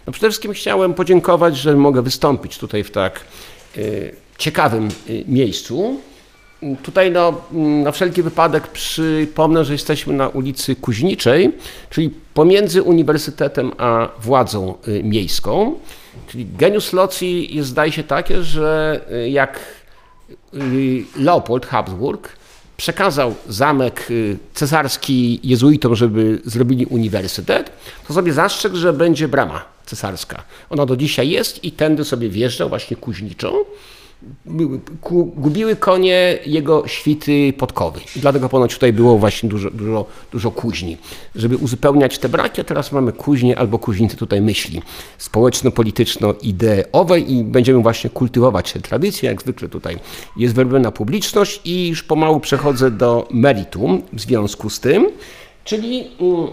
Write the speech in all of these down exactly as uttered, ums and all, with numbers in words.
No przede wszystkim chciałem podziękować, że mogę wystąpić tutaj w tak y, ciekawym y, miejscu. Tutaj no, na wszelki wypadek przypomnę, że jesteśmy na ulicy Kuźniczej, czyli pomiędzy uniwersytetem a władzą y, miejską. Czyli genius loci jest, zdaje się, takie, że y, jak y, Leopold Habsburg przekazał zamek cesarski jezuitom, żeby zrobili uniwersytet, to sobie zastrzegł, że będzie brama cesarska. Ona do dzisiaj jest i tędy sobie wjeżdżał właśnie Kuźniczą. Gubiły konie jego świty podkowy. I dlatego ponoć tutaj było właśnie dużo, dużo, dużo kuźni. Żeby uzupełniać te braki, a teraz mamy kuźnie albo kuźnicy tutaj myśli społeczno-polityczno-ideowej i będziemy właśnie kultywować te tradycje. Jak zwykle tutaj jest werbena publiczność i już pomału przechodzę do meritum w związku z tym, czyli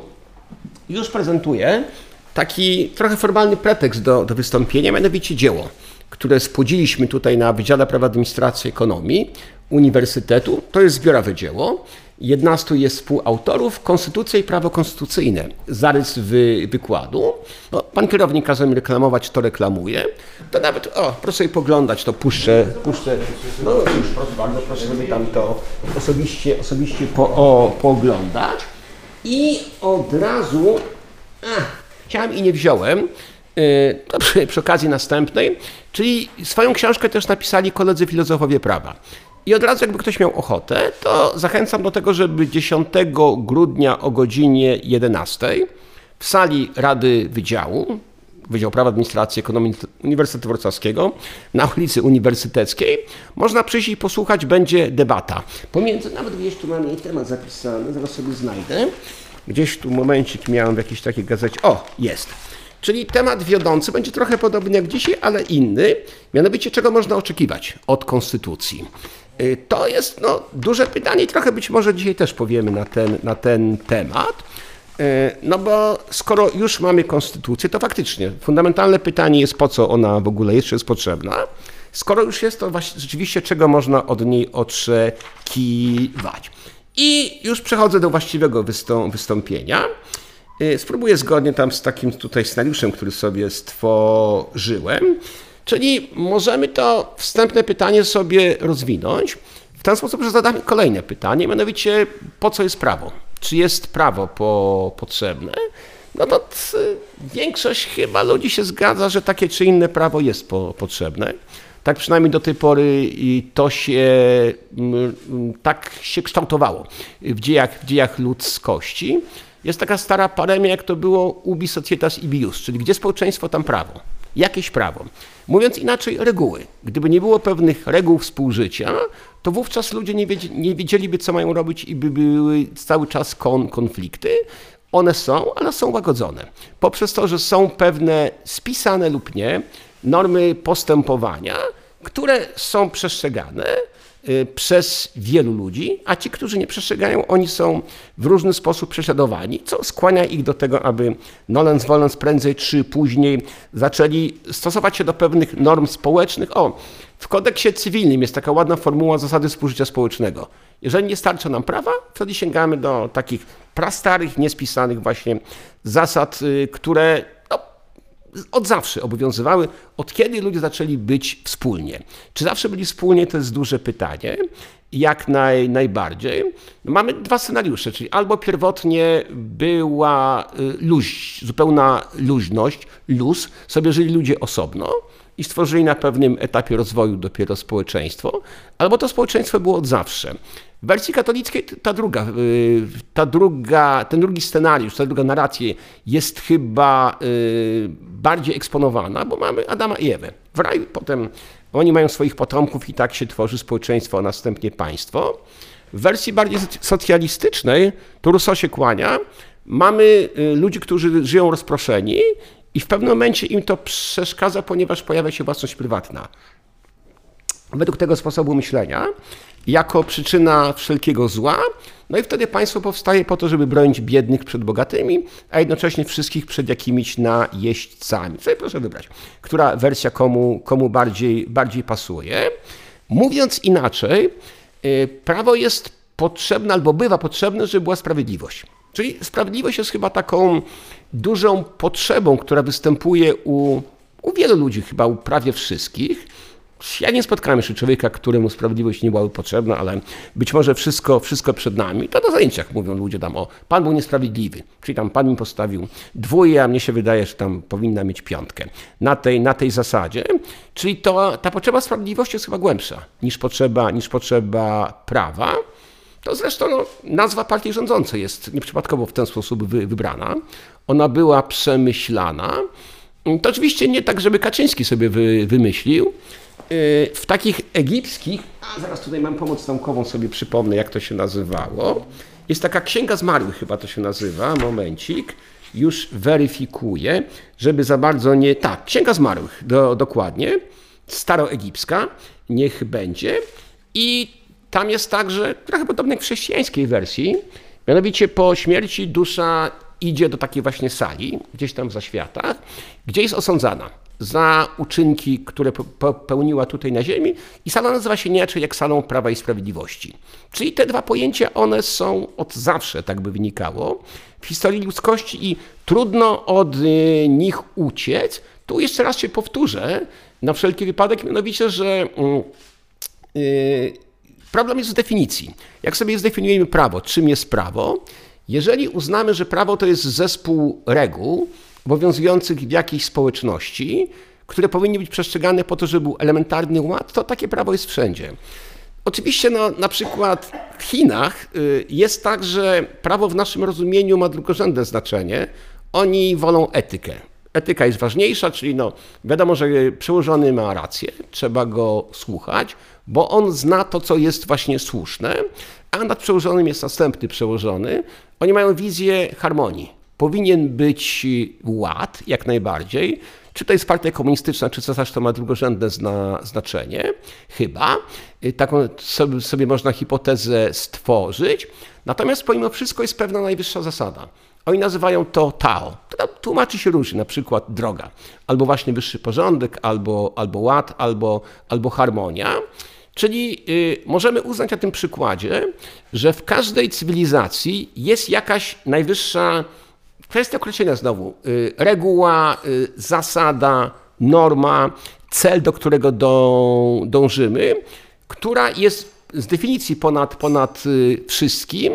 już prezentuję taki trochę formalny pretekst do, do wystąpienia, mianowicie dzieło, które spłodziliśmy tutaj na Wydziale Prawa, Administracji i Ekonomii Uniwersytetu. To jest zbiorowe dzieło. jedenastu jest współautorów. Konstytucja i prawo konstytucyjne. Zarys wy, wykładu. No, pan kierownik kazał mi reklamować, to reklamuję. To nawet, o, proszę sobie poglądać, to puszczę, puszczę. No już, proszę bardzo, proszę sobie tam to osobiście, osobiście po, o, pooglądać. I od razu, a, chciałem i nie wziąłem, to przy, przy okazji następnej, czyli swoją książkę też napisali koledzy filozofowie prawa. I od razu jakby ktoś miał ochotę, to zachęcam do tego, żeby dziesiątego grudnia o godzinie jedenastej w sali Rady Wydziału, Wydział Prawa, Administracji i Ekonomii Uniwersytetu Wrocławskiego na ulicy Uniwersyteckiej, można przyjść i posłuchać, będzie debata. Pomiędzy, nawet gdzieś tu mam jej temat zapisany, zaraz sobie znajdę. Gdzieś tu momencik miałem w jakiejś takiej gazecie. O, jest. Czyli temat wiodący będzie trochę podobny jak dzisiaj, ale inny, mianowicie czego można oczekiwać od konstytucji. To jest no, duże pytanie i trochę być może dzisiaj też powiemy na ten, na ten temat. No bo skoro już mamy konstytucję, to faktycznie fundamentalne pytanie jest, po co ona w ogóle jest, czy jest potrzebna. Skoro już jest, to właśnie rzeczywiście czego można od niej oczekiwać. I już przechodzę do właściwego wystąpienia. Spróbuję zgodnie tam z takim tutaj scenariuszem, który sobie stworzyłem. Czyli możemy to wstępne pytanie sobie rozwinąć w ten sposób, że zadamy kolejne pytanie, mianowicie po co jest prawo? Czy jest prawo po, potrzebne? No to większość chyba ludzi się zgadza, że takie czy inne prawo jest po, potrzebne. Tak przynajmniej do tej pory to się, tak się kształtowało w dziejach, w dziejach ludzkości. Jest taka stara paremia, jak to było ubi societas ibius, czyli gdzie społeczeństwo, tam prawo. Jakieś prawo. Mówiąc inaczej, reguły. Gdyby nie było pewnych reguł współżycia, to wówczas ludzie nie, wiedzie, nie wiedzieliby, co mają robić i by były cały czas kon, konflikty. One są, ale są łagodzone. Poprzez to, że są pewne spisane lub nie normy postępowania, które są przestrzegane przez wielu ludzi, a ci, którzy nie przestrzegają, oni są w różny sposób prześladowani, co skłania ich do tego, aby nolens volens prędzej czy później zaczęli stosować się do pewnych norm społecznych. O, w kodeksie cywilnym jest taka ładna formuła zasady współżycia społecznego. Jeżeli nie starcza nam prawa, wtedy sięgamy do takich prastarych, niespisanych właśnie zasad, które od zawsze obowiązywały, od kiedy ludzie zaczęli być wspólnie. Czy zawsze byli wspólnie, to jest duże pytanie, jak naj, najbardziej. Mamy dwa scenariusze, czyli albo pierwotnie była luź, zupełna luźność, luz, sobie żyli ludzie osobno i stworzyli na pewnym etapie rozwoju dopiero społeczeństwo, albo to społeczeństwo było od zawsze. W wersji katolickiej ta druga, ta druga, ten drugi scenariusz, ta druga narracja jest chyba bardziej eksponowana, bo mamy Adama i Ewę w raju, potem oni mają swoich potomków i tak się tworzy społeczeństwo, a następnie państwo. W wersji bardziej socjalistycznej, to Rousseau się kłania, mamy ludzi, którzy żyją rozproszeni i w pewnym momencie im to przeszkadza, ponieważ pojawia się własność prywatna. Według tego sposobu myślenia, jako przyczyna wszelkiego zła, no i wtedy państwo powstaje po to, żeby bronić biednych przed bogatymi, a jednocześnie wszystkich przed jakimiś najeźdźcami. Sobie proszę wybrać, która wersja komu, komu bardziej, bardziej pasuje. Mówiąc inaczej, prawo jest potrzebne albo bywa potrzebne, żeby była sprawiedliwość. Czyli sprawiedliwość jest chyba taką dużą potrzebą, która występuje u, u wielu ludzi, chyba u prawie wszystkich. Ja nie spotkałem jeszcze człowieka, któremu sprawiedliwość nie byłaby potrzebna, ale być może wszystko, wszystko przed nami. To na zajęciach mówią ludzie tam, o, Pan był niesprawiedliwy, czyli tam Pan mi postawił dwóje, a mnie się wydaje, że tam powinna mieć piątkę. Na tej, na tej zasadzie, czyli to, ta potrzeba sprawiedliwości jest chyba głębsza niż potrzeba, niż potrzeba prawa. To zresztą no, nazwa partii rządzącej jest nieprzypadkowo w ten sposób wy, wybrana. Ona była przemyślana. To oczywiście nie tak, żeby Kaczyński sobie wy, wymyślił. W takich egipskich, a zaraz tutaj mam pomoc naukową, sobie przypomnę, jak to się nazywało. Jest taka Księga Zmarłych, chyba to się nazywa, momencik, już weryfikuję, żeby za bardzo nie... Tak, Księga Zmarłych, do, dokładnie, staroegipska, niech będzie. I tam jest także, trochę podobnie jak w chrześcijańskiej wersji, mianowicie po śmierci dusza idzie do takiej właśnie sali, gdzieś tam w zaświatach, gdzie jest osądzana za uczynki, które popełniła tutaj na ziemi i sala nazywa się nie inaczej jak salą Prawa i Sprawiedliwości. Czyli te dwa pojęcia, one są od zawsze, tak by wynikało, w historii ludzkości i trudno od nich uciec. Tu jeszcze raz się powtórzę, na wszelki wypadek, mianowicie, że yy, problem jest w definicji. Jak sobie zdefiniujemy prawo, czym jest prawo? Jeżeli uznamy, że prawo to jest zespół reguł obowiązujących w jakiejś społeczności, które powinny być przestrzegane po to, żeby był elementarny ład, to takie prawo jest wszędzie. Oczywiście no, na przykład w Chinach jest tak, że prawo w naszym rozumieniu ma drugorzędne znaczenie. Oni wolą etykę. Etyka jest ważniejsza, czyli no, wiadomo, że przełożony ma rację, trzeba go słuchać, bo on zna to, co jest właśnie słuszne, a nad przełożonym jest następny przełożony. Oni mają wizję harmonii. Powinien być ład, jak najbardziej. Czy to jest partia komunistyczna, czy cesarz, to ma drugorzędne zna, znaczenie? Chyba. Taką sobie, sobie można hipotezę stworzyć. Natomiast pomimo wszystko jest pewna najwyższa zasada. Oni nazywają to Tao. To tłumaczy się różnie, na przykład droga. Albo właśnie wyższy porządek, albo, albo ład, albo, albo harmonia. Czyli y, możemy uznać na tym przykładzie, że w każdej cywilizacji jest jakaś najwyższa kwestia określenia znowu. Y, reguła, y, zasada, norma, cel, do którego do, dążymy, która jest z definicji ponad, ponad y, wszystkim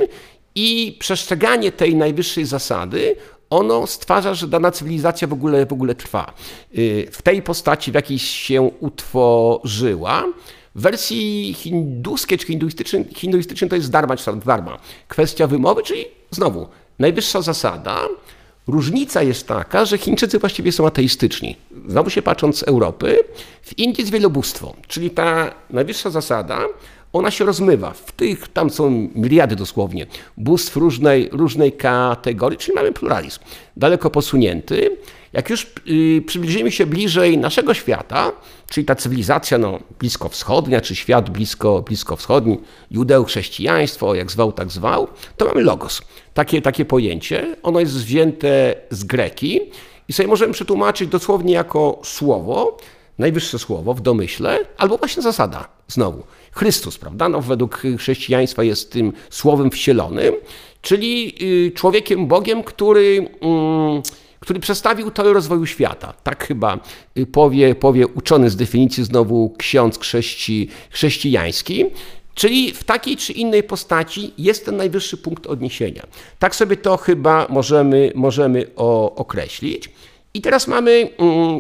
i przestrzeganie tej najwyższej zasady, ono stwarza, że dana cywilizacja w ogóle, w ogóle trwa. Y, w tej postaci, w jakiej się utworzyła. W wersji hinduskiej czy hinduistycznej, hinduistycznej to jest dharma czy dharma. Kwestia wymowy, czyli znowu najwyższa zasada. Różnica jest taka, że Chińczycy właściwie są ateistyczni. Znowu się patrząc z Europy, w Indii jest wielobóstwo, czyli ta najwyższa zasada, ona się rozmywa. W tych, tam są miliardy dosłownie, bóstw różnej, różnej kategorii, czyli mamy pluralizm daleko posunięty. Jak już yy, przybliżymy się bliżej naszego świata, czyli ta cywilizacja no, bliskowschodnia, czy świat blisko, bliskowschodni, judeo-chrześcijaństwo, jak zwał, tak zwał, to mamy logos. Takie, takie pojęcie, ono jest wzięte z greki i sobie możemy przetłumaczyć dosłownie jako słowo, najwyższe słowo w domyśle, albo właśnie zasada, znowu. Chrystus, prawda, no, według chrześcijaństwa jest tym słowem wcielonym, czyli yy, człowiekiem, Bogiem, który... Yy, który przedstawił teorię rozwoju świata. Tak chyba powie, powie uczony z definicji znowu ksiądz chrześci, chrześcijański. Czyli w takiej czy innej postaci jest ten najwyższy punkt odniesienia. Tak sobie to chyba możemy, możemy o, określić. I teraz mamy mm,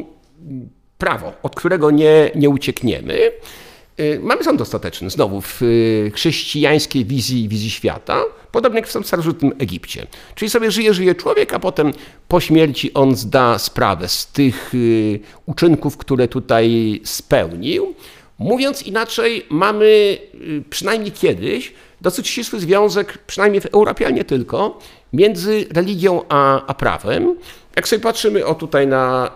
prawo, od którego nie, nie uciekniemy. Mamy sąd ostateczny, znowu w chrześcijańskiej wizji, wizji świata, podobnie jak w starożytnym Egipcie. Czyli sobie żyje, żyje człowiek, a potem po śmierci on zda sprawę z tych uczynków, które tutaj spełnił. Mówiąc inaczej, mamy przynajmniej kiedyś dosyć ścisły związek, przynajmniej w Europie, ale nie tylko, między religią a, a prawem. Jak sobie patrzymy o tutaj na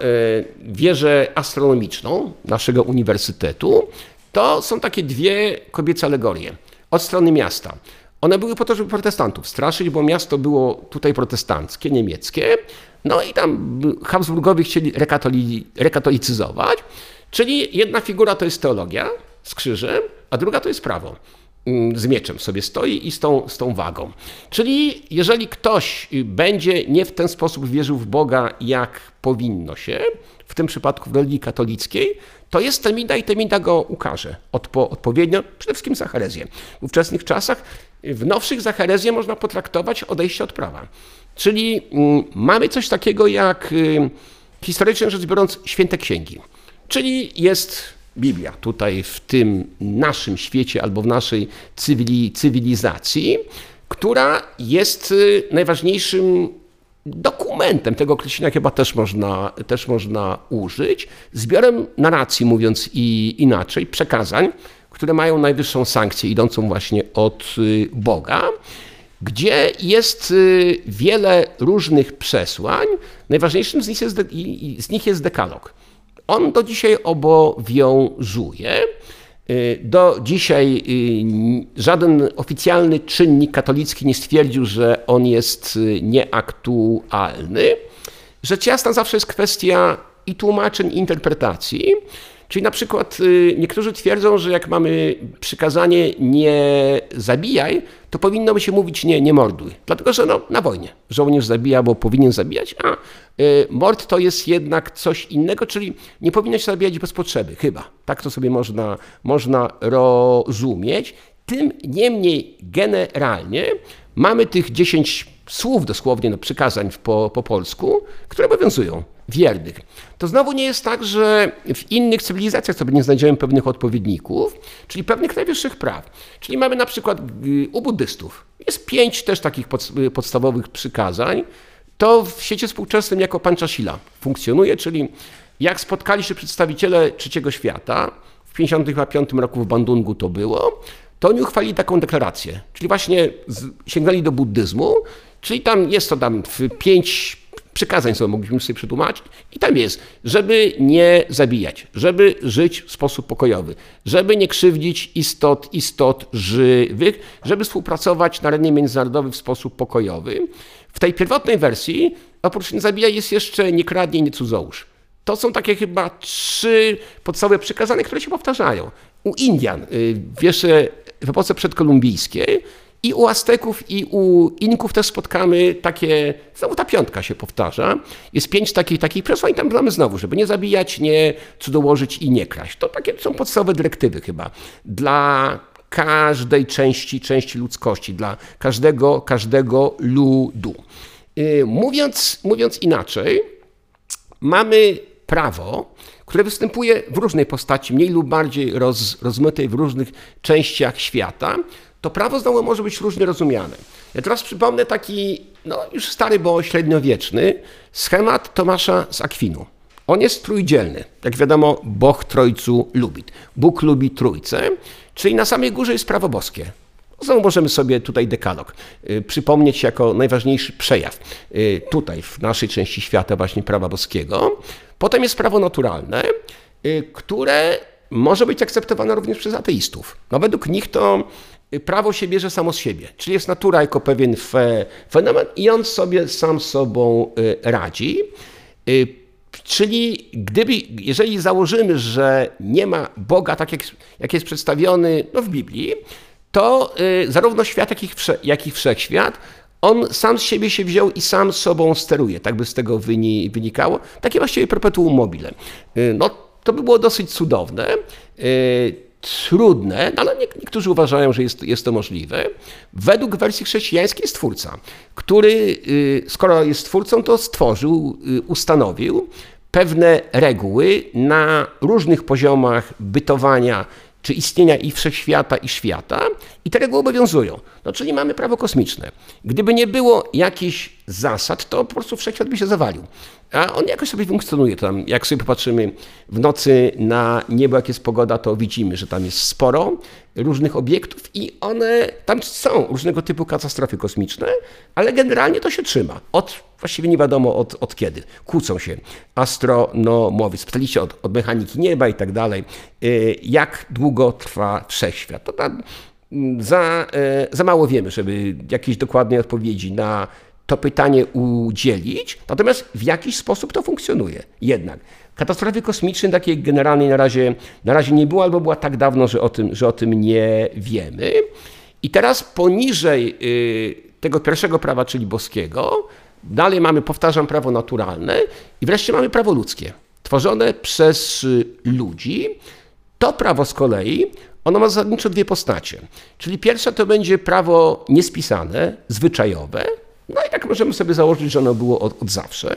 wieżę astronomiczną naszego uniwersytetu, to są takie dwie kobiece alegorie od strony miasta. One były po to, żeby protestantów straszyć, bo miasto było tutaj protestanckie, niemieckie. No i tam Habsburgowie chcieli rekatoli, rekatolicyzować. Czyli jedna figura to jest teologia z krzyżem, a druga to jest prawo. z mieczem sobie stoi i z tą, z tą wagą. Czyli jeżeli ktoś będzie nie w ten sposób wierzył w Boga, jak powinno się, w tym przypadku w religii katolickiej, to jest Temida i Temida go ukaże Odpo, odpowiednio, przede wszystkim za herezję. W ówczesnych czasach, w nowszych za herezję można potraktować odejście od prawa. Czyli mm, mamy coś takiego jak, y, historycznie rzecz biorąc, święte księgi. Czyli jest Biblia tutaj w tym naszym świecie albo w naszej cywili, cywilizacji, która jest y, najważniejszym dokumentem, tego określenia chyba też można, też można użyć, zbiorem narracji, mówiąc i inaczej, przekazań, które mają najwyższą sankcję idącą właśnie od Boga, gdzie jest wiele różnych przesłań. Najważniejszym z nich jest, z nich jest dekalog. On do dzisiaj obowiązuje. Do dzisiaj żaden oficjalny czynnik katolicki nie stwierdził, że on jest nieaktualny. Rzecz jasna zawsze jest kwestia i tłumaczeń, i interpretacji. Czyli na przykład niektórzy twierdzą, że jak mamy przykazanie nie zabijaj, to powinno się mówić nie, nie morduj. Dlatego, że no, na wojnie żołnierz zabija, bo powinien zabijać, a y, mord to jest jednak coś innego, czyli nie powinno się zabijać bez potrzeby, chyba. Tak to sobie można, można rozumieć. Tym niemniej generalnie mamy tych dziesięć słów dosłownie, no, przykazań po, po polsku, które obowiązują wiernych. To znowu nie jest tak, że w innych cywilizacjach sobie nie znajdziemy pewnych odpowiedników, czyli pewnych najwyższych praw. Czyli mamy na przykład u buddystów jest pięć też takich podstawowych przykazań. To w świecie współczesnym jako Panchashila funkcjonuje, czyli jak spotkali się przedstawiciele trzeciego świata, w pięćdziesiątym piątym roku w Bandungu to było, to oni uchwalili taką deklarację, czyli właśnie sięgnęli do buddyzmu, czyli tam jest to tam pięć przykazań, co mogliśmy sobie przetłumaczyć i tam jest, żeby nie zabijać, żeby żyć w sposób pokojowy, żeby nie krzywdzić istot, istot żywych, żeby współpracować na arenie międzynarodowej w sposób pokojowy. W tej pierwotnej wersji oprócz nie zabijaj jest jeszcze nie kradnij, nie cudzołóż. To są takie chyba trzy podstawowe przykazania, które się powtarzają. U Indian w, jeszcze w epoce przedkolumbijskiej i u Azteków, i u Inków też spotkamy takie, znowu ta piątka się powtarza. Jest pięć takich, takich przesłań, tam mamy znowu, żeby nie zabijać, nie cudzołożyć i nie kraść. To takie są podstawowe dyrektywy chyba dla każdej części, części ludzkości, dla każdego, każdego ludu. Mówiąc, mówiąc inaczej, mamy prawo, które występuje w różnej postaci, mniej lub bardziej roz, rozmytej w różnych częściach świata. To prawo znowu może być różnie rozumiane. Ja teraz przypomnę taki, no już stary, bo średniowieczny, schemat Tomasza z Akwinu. On jest trójdzielny. Jak wiadomo, Bóg Trójcu lubi. Bóg lubi Trójcę, czyli na samej górze jest prawo boskie. Znowu możemy sobie tutaj dekalog y, przypomnieć jako najważniejszy przejaw y, tutaj w naszej części świata właśnie prawa boskiego. Potem jest prawo naturalne, y, które może być akceptowane również przez ateistów. No według nich to prawo się bierze samo z siebie, czyli jest natura jako pewien fe, fenomen i on sobie sam sobą y, radzi. Y, Czyli gdyby, jeżeli założymy, że nie ma Boga tak jak, jak jest przedstawiony no, w Biblii, to y, zarówno świat, jak i, wsze, jak i wszechświat, on sam z siebie się wziął i sam sobą steruje. Tak by z tego wyni, wynikało. Takie właściwie perpetuum mobile. Y, no, to by było dosyć cudowne, y, trudne, no, ale nie, niektórzy uważają, że jest, jest to możliwe. Według wersji chrześcijańskiej jest Twórca, który, y, skoro jest Twórcą, to stworzył, y, ustanowił pewne reguły na różnych poziomach bytowania czy istnienia i wszechświata, i świata, i te reguły obowiązują. No, czyli mamy prawo kosmiczne. Gdyby nie było jakichś zasad, to po prostu wszechświat by się zawalił. A on jakoś sobie funkcjonuje tam. Jak sobie popatrzymy w nocy na niebo, jak jest pogoda, to widzimy, że tam jest sporo różnych obiektów i one, tam są różnego typu katastrofy kosmiczne, ale generalnie to się trzyma. Od, właściwie nie wiadomo od, od kiedy. Kłócą się astronomowie, specjaliści od, od mechaniki nieba i tak dalej, jak długo trwa wszechświat. To tam za, za mało wiemy, żeby jakieś dokładnej odpowiedzi na to pytanie udzielić, natomiast w jakiś sposób to funkcjonuje. Jednak katastrofy kosmicznej takiej generalnej na razie, na razie nie było, albo była tak dawno, że o tym, że o tym nie wiemy. I teraz poniżej tego pierwszego prawa, czyli boskiego, dalej mamy, powtarzam, prawo naturalne i wreszcie mamy prawo ludzkie, tworzone przez ludzi. To prawo z kolei, ono ma zasadniczo dwie postacie. Czyli pierwsza to będzie prawo niespisane, zwyczajowe, no i tak możemy sobie założyć, że ono było od, od zawsze.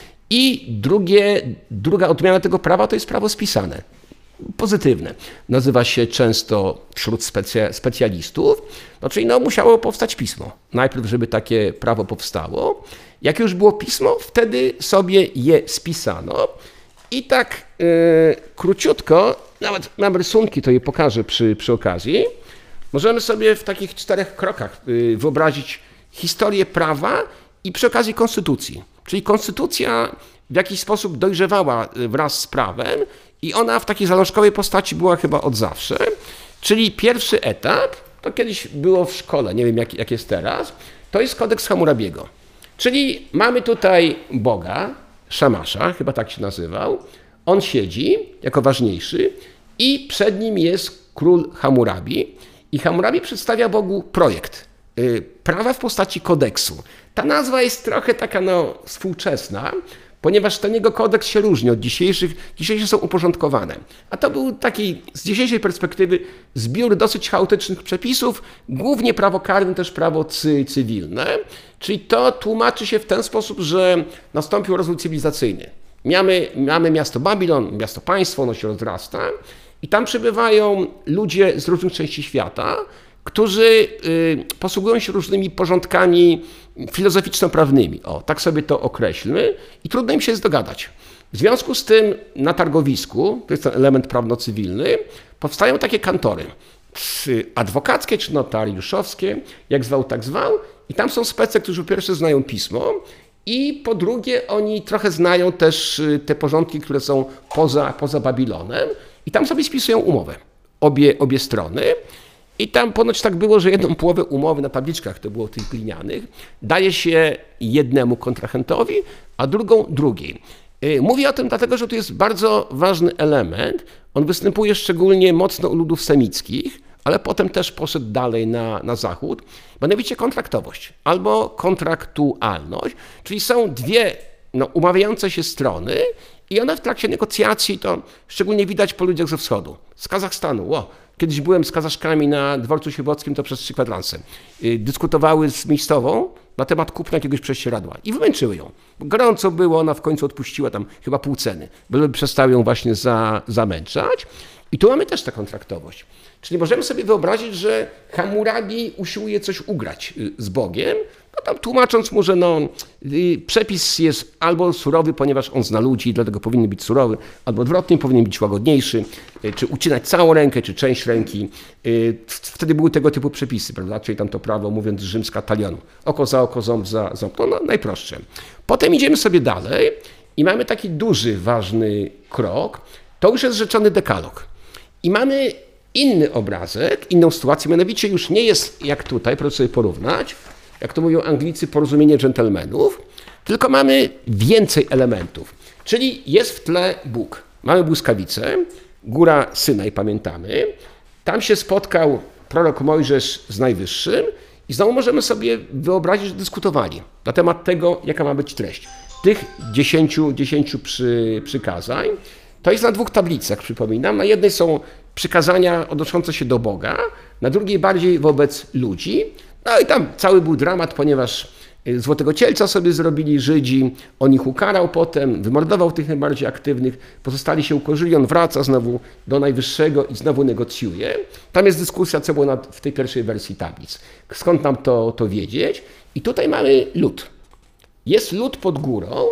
I drugie, druga odmiana tego prawa to jest prawo spisane, pozytywne. Nazywa się często wśród specja, specjalistów, no czyli no, musiało powstać pismo. Najpierw, żeby takie prawo powstało. Jak już było pismo, wtedy sobie je spisano. I tak yy, króciutko, nawet mam rysunki, to je pokażę przy, przy okazji. Możemy sobie w takich czterech krokach yy, wyobrazić historię prawa i przy okazji konstytucji. Czyli konstytucja w jakiś sposób dojrzewała wraz z prawem i ona w takiej zalążkowej postaci była chyba od zawsze. Czyli pierwszy etap, to kiedyś było w szkole, nie wiem jak, jak jest teraz, to jest kodeks Hammurabiego. Czyli mamy tutaj Boga, Szamasza, chyba tak się nazywał. On siedzi jako ważniejszy i przed nim jest król Hammurabi i Hammurabi przedstawia Bogu projekt prawa w postaci kodeksu. Ta nazwa jest trochę taka no, współczesna, ponieważ ten jego kodeks się różni od dzisiejszych. Dzisiejsze są uporządkowane. A to był taki z dzisiejszej perspektywy zbiór dosyć chaotycznych przepisów, głównie prawo karne, też prawo cy, cywilne. Czyli to tłumaczy się w ten sposób, że nastąpił rozwój cywilizacyjny. Mamy, mamy miasto Babilon, miasto państwo, ono się rozrasta i tam przybywają ludzie z różnych części świata, którzy posługują się różnymi porządkami filozoficzno-prawnymi. O, tak sobie to określmy i trudno im się jest dogadać. W związku z tym na targowisku, to jest ten element prawno-cywilny, powstają takie kantory adwokackie czy notariuszowskie, jak zwał, tak zwał, i tam są spece, którzy po pierwsze znają pismo i po drugie oni trochę znają też te porządki, które są poza, poza Babilonem i tam sobie spisują umowę. Obie, obie strony. I tam ponoć tak było, że jedną połowę umowy na tabliczkach, to było tych glinianych, daje się jednemu kontrahentowi, a drugą drugiej. Mówię o tym dlatego, że to jest bardzo ważny element. On występuje szczególnie mocno u ludów semickich, ale potem też poszedł dalej na, na zachód. Mianowicie kontraktowość albo kontraktualność, czyli są dwie no, umawiające się strony i one w trakcie negocjacji, to szczególnie widać po ludziach ze wschodu, z Kazachstanu. Wow. Kiedyś byłem z Kazaszkami na dworcu siewockim, to przez trzy kwadranse. Dyskutowały z miejscową na temat kupna jakiegoś prześcieradła i wymęczyły ją. Gorąco było, ona w końcu odpuściła tam chyba pół ceny, byle przestał ją właśnie za, zamęczać. I tu mamy też tę kontraktowość. Czyli możemy sobie wyobrazić, że Hammurabi usiłuje coś ugrać z Bogiem, no tam tłumacząc mu, że no, przepis jest albo surowy, ponieważ on zna ludzi, dlatego powinien być surowy, albo odwrotnie, powinien być łagodniejszy, czy ucinać całą rękę, czy część ręki. Wtedy były tego typu przepisy, prawda? Czyli tam to prawo, mówiąc rzymska talionu. Oko za oko, ząb za ząb. No, no najprostsze. Potem idziemy sobie dalej i mamy taki duży, ważny krok. To już jest rzeczony dekalog. I mamy inny obrazek, inną sytuację, mianowicie już nie jest jak tutaj, proszę sobie porównać, jak to mówią Anglicy, porozumienie dżentelmenów, tylko mamy więcej elementów. Czyli jest w tle Bóg. Mamy błyskawicę, góra Synaj, pamiętamy. Tam się spotkał prorok Mojżesz z Najwyższym i znowu możemy sobie wyobrazić, że dyskutowali na temat tego, jaka ma być treść tych dziesięciu, dziesięciu przy, przykazań. To jest na dwóch tablicach, przypominam. Na jednej są przykazania odnoszące się do Boga, na drugiej bardziej wobec ludzi. No i tam cały był dramat, ponieważ Złotego Cielca sobie zrobili Żydzi, on ich ukarał potem, wymordował tych najbardziej aktywnych, pozostali się ukorzyli, on wraca znowu do Najwyższego i znowu negocjuje. Tam jest dyskusja, co było w tej pierwszej wersji tablic. Skąd nam to, to wiedzieć? I tutaj mamy lud. Jest lud pod górą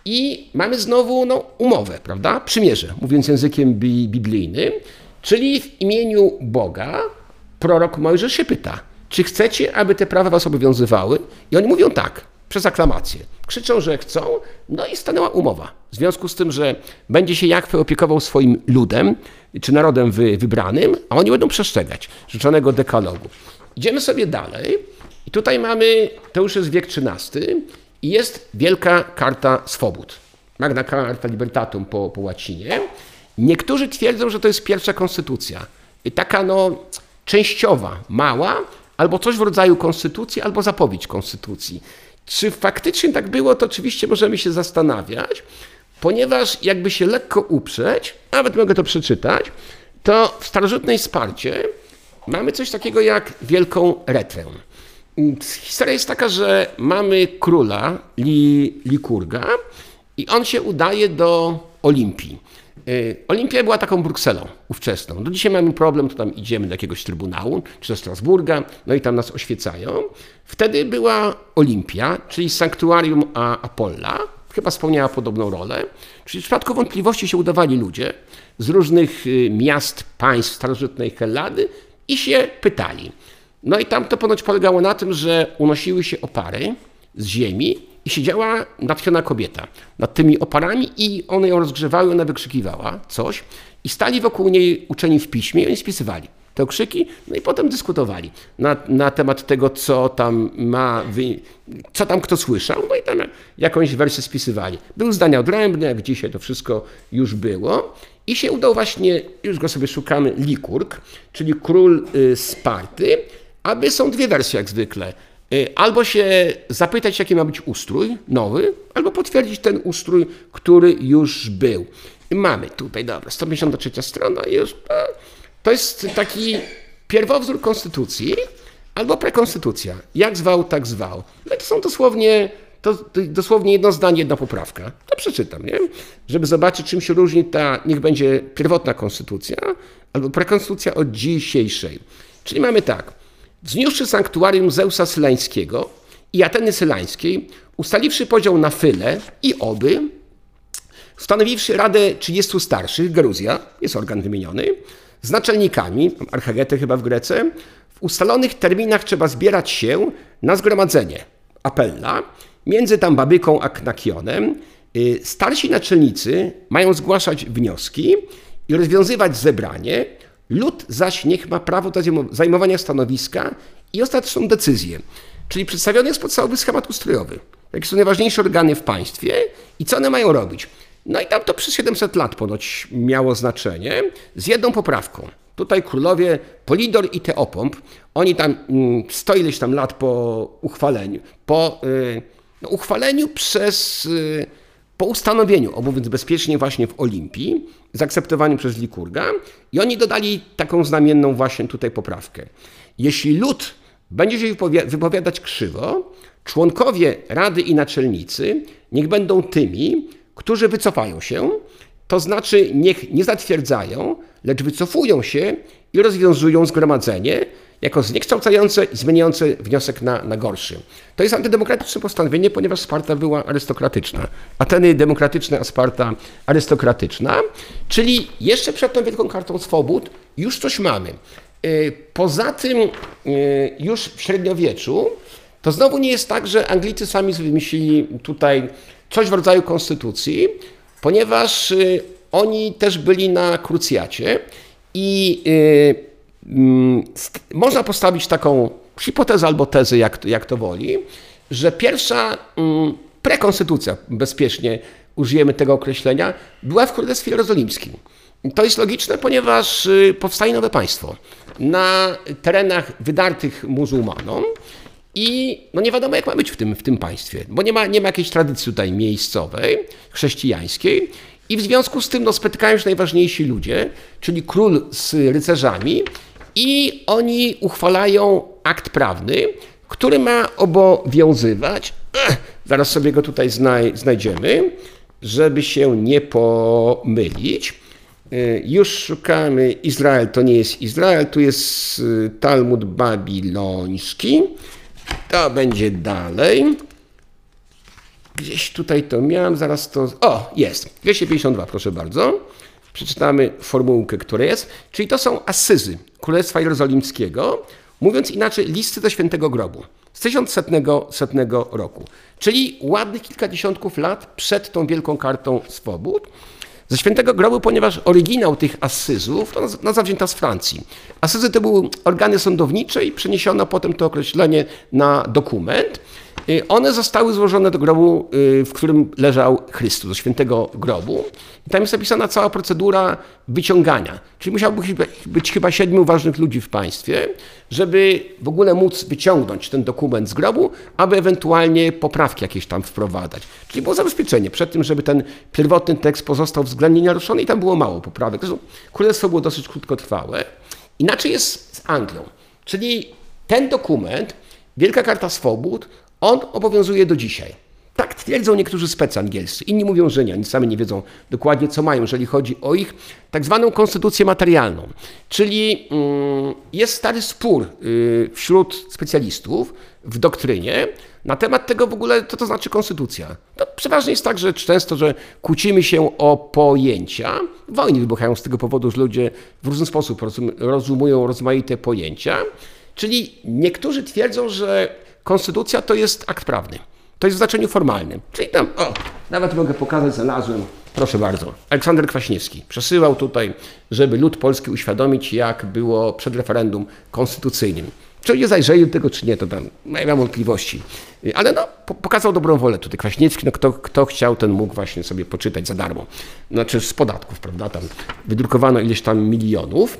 i mamy znowu no, umowę, prawda? Przymierze, mówiąc językiem bi- biblijnym, czyli w imieniu Boga prorok Mojżesz się pyta, czy chcecie, aby te prawa was obowiązywały? I oni mówią tak, przez aklamację. Krzyczą, że chcą, no i stanęła umowa. W związku z tym, że będzie się Jahwe opiekował swoim ludem, czy narodem wy, wybranym, a oni będą przestrzegać rzeczonego dekalogu. Idziemy sobie dalej I tutaj mamy, to już jest wiek trzynasty i jest Wielka Karta Swobód. Magna Carta Libertatum po, po łacinie. Niektórzy twierdzą, że to jest pierwsza konstytucja. I taka no częściowa, mała, albo coś w rodzaju konstytucji, albo zapowiedź konstytucji. Czy faktycznie tak było, to oczywiście możemy się zastanawiać, ponieważ jakby się lekko uprzeć, nawet mogę to przeczytać, to w starożytnej Sparcie mamy coś takiego jak Wielką Retrę. Historia jest taka, że mamy króla Li, Likurga i on się udaje do Olimpii. Olimpia była taką Brukselą ówczesną. Do dzisiaj mamy problem, to tam idziemy do jakiegoś trybunału, czy do Strasburga, no i tam nas oświecają. Wtedy była Olimpia, czyli sanktuarium Apolla, chyba spełniała podobną rolę. Czyli w przypadku wątpliwości się udawali ludzie z różnych miast, państw starożytnej Hellady i się pytali. No i tam to ponoć polegało na tym, że unosiły się opary z ziemi i siedziała natchniona kobieta nad tymi oparami i one ją rozgrzewały, ona wykrzykiwała coś i stali wokół niej uczeni w piśmie i oni spisywali te okrzyki, no i potem dyskutowali na, na temat tego, co tam ma, wy... co tam kto słyszał, no i tam jakąś wersję spisywali. Były zdania odrębne, jak dzisiaj to wszystko już było i się udał właśnie, już go sobie szukamy, Likurg, czyli król Sparty, aby są dwie wersje jak zwykle. Albo się zapytać, jaki ma być ustrój nowy, albo potwierdzić ten ustrój, który już był. I mamy tutaj, dobra, sto pięćdziesiąta trzecia strona, już, to jest taki pierwowzór konstytucji, albo prekonstytucja. Jak zwał, tak zwał. No to są dosłownie, to, to dosłownie jedno zdanie, jedna poprawka. To przeczytam, nie? Żeby zobaczyć, czym się różni ta, niech będzie pierwotna konstytucja, albo prekonstytucja od dzisiejszej. Czyli mamy tak. Wzniósłszy sanktuarium Zeusa Sylańskiego i Ateny Sylańskiej, ustaliwszy podział na Fyle i Oby, stanowiwszy Radę trzydziestu Starszych, Geruzja, jest organ wymieniony, z naczelnikami, archagetę chyba w Grece, w ustalonych terminach trzeba zbierać się na zgromadzenie, Apella, między tam Babyką a Knakionem. Starsi naczelnicy mają zgłaszać wnioski i rozwiązywać zebranie, lud zaś niech ma prawo do zajmowania stanowiska i ostateczną decyzję. Czyli przedstawiony jest podstawowy schemat ustrojowy. Jakie są najważniejsze organy w państwie i co one mają robić. No i tam to przez siedemset lat ponoć miało znaczenie, z jedną poprawką. Tutaj królowie Polidor i Teopomp, oni tam sto ileś tam lat po uchwaleniu, po no, uchwaleniu przez... po ustanowieniu obowiąz bezpiecznie właśnie w Olimpii, zaakceptowaniu przez Likurga i oni dodali taką znamienną właśnie tutaj poprawkę. Jeśli lud będzie się wypowiadać krzywo, członkowie Rady i naczelnicy niech będą tymi, którzy wycofają się, to znaczy niech nie zatwierdzają, lecz wycofują się i rozwiązują zgromadzenie jako zniekształcające i zmieniające wniosek na, na gorszy. To jest antydemokratyczne postanowienie, ponieważ Sparta była arystokratyczna. Ateny demokratyczne, a Sparta arystokratyczna. Czyli jeszcze przed tą Wielką Kartą Swobód już coś mamy. Poza tym już w średniowieczu to znowu nie jest tak, że Anglicy sami wymyślili tutaj coś w rodzaju konstytucji, ponieważ oni też byli na krucjacie i można postawić taką hipotezę albo tezę, jak, jak to woli, że pierwsza prekonstytucja, bezpiecznie użyjemy tego określenia, była w Królestwie Jerozolimskim. To jest logiczne, ponieważ powstaje nowe państwo na terenach wydartych muzułmanom i no nie wiadomo, jak ma być w tym, w tym państwie, bo nie ma, nie ma jakiejś tradycji tutaj miejscowej, chrześcijańskiej i w związku z tym no, spotykają się najważniejsi ludzie, czyli król z rycerzami i oni uchwalają akt prawny, który ma obowiązywać, ech, zaraz sobie go tutaj znaj, znajdziemy, żeby się nie pomylić. Już szukamy, Izrael to nie jest Izrael, tu jest Talmud babiloński, to będzie dalej. Gdzieś tutaj to miałem, zaraz to... O, jest, dwieście pięćdziesiąt dwa, proszę bardzo. Przeczytamy formułkę, która jest. Czyli to są asyzy Królestwa Jerozolimskiego, mówiąc inaczej, listy do Świętego Grobu z tysiąc setnego roku. Czyli ładnych kilkadziesiątków lat przed tą Wielką Kartą Swobód. Ze Świętego Grobu, ponieważ oryginał tych assyzów to nazwa wzięta z Francji. Asyzy to były organy sądownicze i przeniesiono potem to określenie na dokument. One zostały złożone do grobu, w którym leżał Chrystus, do Świętego Grobu. I tam jest opisana cała procedura wyciągania. Czyli musiałoby być chyba siedmiu ważnych ludzi w państwie, żeby w ogóle móc wyciągnąć ten dokument z grobu, aby ewentualnie poprawki jakieś tam wprowadzać. Czyli było zabezpieczenie przed tym, żeby ten pierwotny tekst pozostał względnie nienaruszony i tam było mało poprawek. Zresztą królestwo było dosyć krótkotrwałe. Inaczej jest z Anglią. Czyli ten dokument, Wielka Karta Swobód, on obowiązuje do dzisiaj. Tak twierdzą niektórzy specy angielscy. Inni mówią, że nie. Oni sami nie wiedzą dokładnie, co mają, jeżeli chodzi o ich tak zwaną konstytucję materialną. Czyli jest stary spór wśród specjalistów w doktrynie na temat tego w ogóle, co to znaczy konstytucja. To przeważnie jest tak, że często, że kłócimy się o pojęcia. Wojny wybuchają z tego powodu, że ludzie w różny sposób rozumują rozmaite pojęcia. Czyli niektórzy twierdzą, że konstytucja to jest akt prawny. To jest w znaczeniu formalnym. Czyli tam, o, nawet mogę pokazać, znalazłem, proszę bardzo, Aleksander Kwaśniewski przesyłał tutaj, żeby lud polski uświadomić, jak było przed referendum konstytucyjnym. Czy nie zajrzeli do tego, czy nie, to tam nie mam wątpliwości. Ale no, pokazał dobrą wolę tutaj Kwaśniewski, no kto, kto chciał, ten mógł właśnie sobie poczytać za darmo. Znaczy z podatków, prawda, tam wydrukowano ileś tam milionów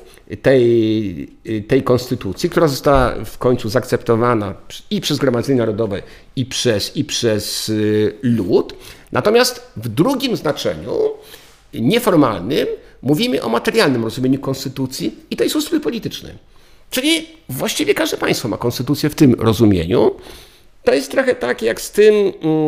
tej, tej konstytucji, która została w końcu zaakceptowana i przez Zgromadzenie Narodowe, i przez, i przez lud. Natomiast w drugim znaczeniu, nieformalnym, mówimy o materialnym rozumieniu konstytucji i to jest ustrój polityczny. Czyli właściwie każde państwo ma konstytucję w tym rozumieniu. To jest trochę tak jak z tym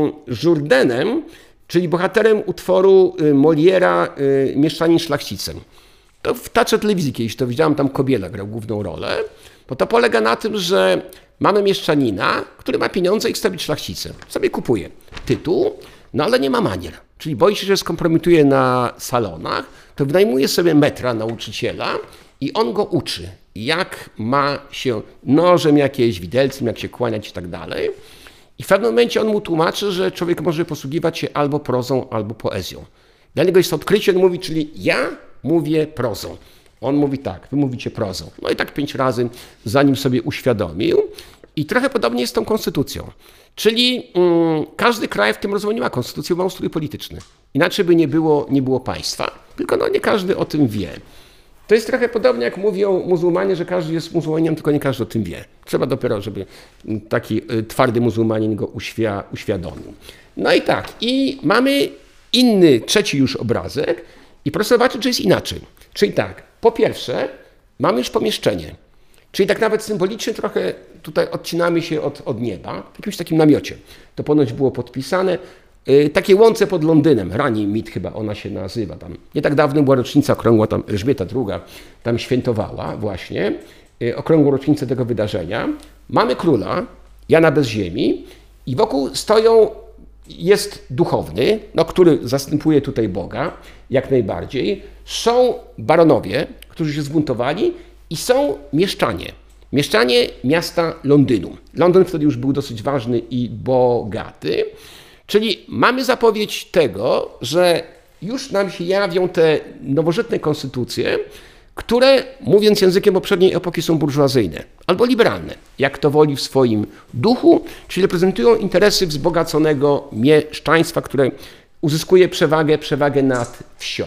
Jourdainem, czyli bohaterem utworu Moliera Mieszczanin szlachcicem. To w Teatrze Telewizji kiedyś to widziałem, tam Kobiela grał główną rolę, bo to polega na tym, że mamy mieszczanina, który ma pieniądze i chce być szlachcicem. Sobie kupuje tytuł, no ale nie ma manier. Czyli boi się, że skompromituje na salonach, to wynajmuje sobie metra nauczyciela i on go uczy, jak ma się nożem jakieś, widelcem, jak się kłaniać i tak dalej. I w pewnym momencie on mu tłumaczy, że człowiek może posługiwać się albo prozą, albo poezją. Dla niego jest to odkrycie, on mówi, czyli ja mówię prozą. On mówi tak, wy mówicie prozą. No i tak pięć razy, zanim sobie uświadomił. I trochę podobnie jest z tą konstytucją. Czyli mm, każdy kraj w tym rozumieniu ma konstytucję, ma ustrój polityczny. Inaczej by nie było, nie było państwa, tylko no nie każdy o tym wie. To jest trochę podobnie, jak mówią muzułmanie, że każdy jest muzułmaninem, tylko nie każdy o tym wie. Trzeba dopiero, żeby taki twardy muzułmanin go uświa, uświadomił. No i tak, i mamy inny, trzeci już obrazek i proszę zobaczyć, że jest inaczej. Czyli tak, po pierwsze mamy już pomieszczenie, czyli tak nawet symbolicznie trochę tutaj odcinamy się od, od nieba, w jakimś takim namiocie. To ponoć było podpisane. Takie łące pod Londynem, Rani Mit chyba ona się nazywa. Tam nie tak dawno była rocznica okrągła, tam Elżbieta druga tam świętowała właśnie okrągłą rocznicę tego wydarzenia. Mamy króla, Jana bez ziemi i wokół stoją, jest duchowny, no, który zastępuje tutaj Boga jak najbardziej. Są baronowie, którzy się zbuntowali i są mieszczanie. Mieszczanie miasta Londynu. Londyn wtedy już był dosyć ważny i bogaty. Czyli mamy zapowiedź tego, że już nam się jawią te nowożytne konstytucje, które, mówiąc językiem poprzedniej epoki, są burżuazyjne albo liberalne, jak to woli w swoim duchu, czyli reprezentują interesy wzbogaconego mieszczaństwa, które uzyskuje przewagę, przewagę nad wsią.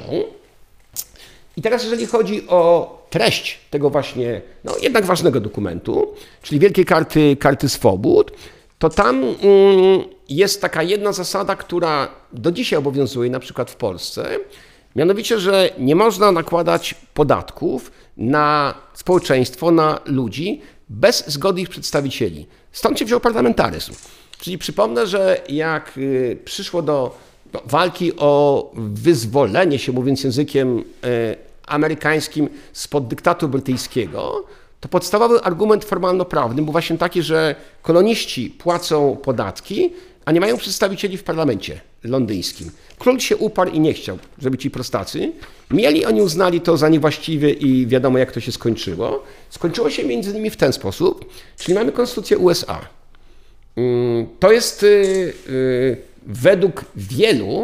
I teraz jeżeli chodzi o treść tego właśnie, no jednak ważnego dokumentu, czyli Wielkiej Karty, Karty Swobód, to tam jest taka jedna zasada, która do dzisiaj obowiązuje na przykład w Polsce, mianowicie, że nie można nakładać podatków na społeczeństwo, na ludzi bez zgody ich przedstawicieli. Stąd się wziął parlamentaryzm. Czyli przypomnę, że jak przyszło do no, walki o wyzwolenie się, mówiąc językiem amerykańskim, spod dyktatu brytyjskiego, to podstawowy argument formalno-prawny był właśnie taki, że koloniści płacą podatki, a nie mają przedstawicieli w parlamencie londyńskim. Król się uparł i nie chciał, żeby ci prostacy mieli, oni uznali to za niewłaściwe i wiadomo, jak to się skończyło. Skończyło się między innymi w ten sposób, czyli mamy konstytucję U S A. To jest według wielu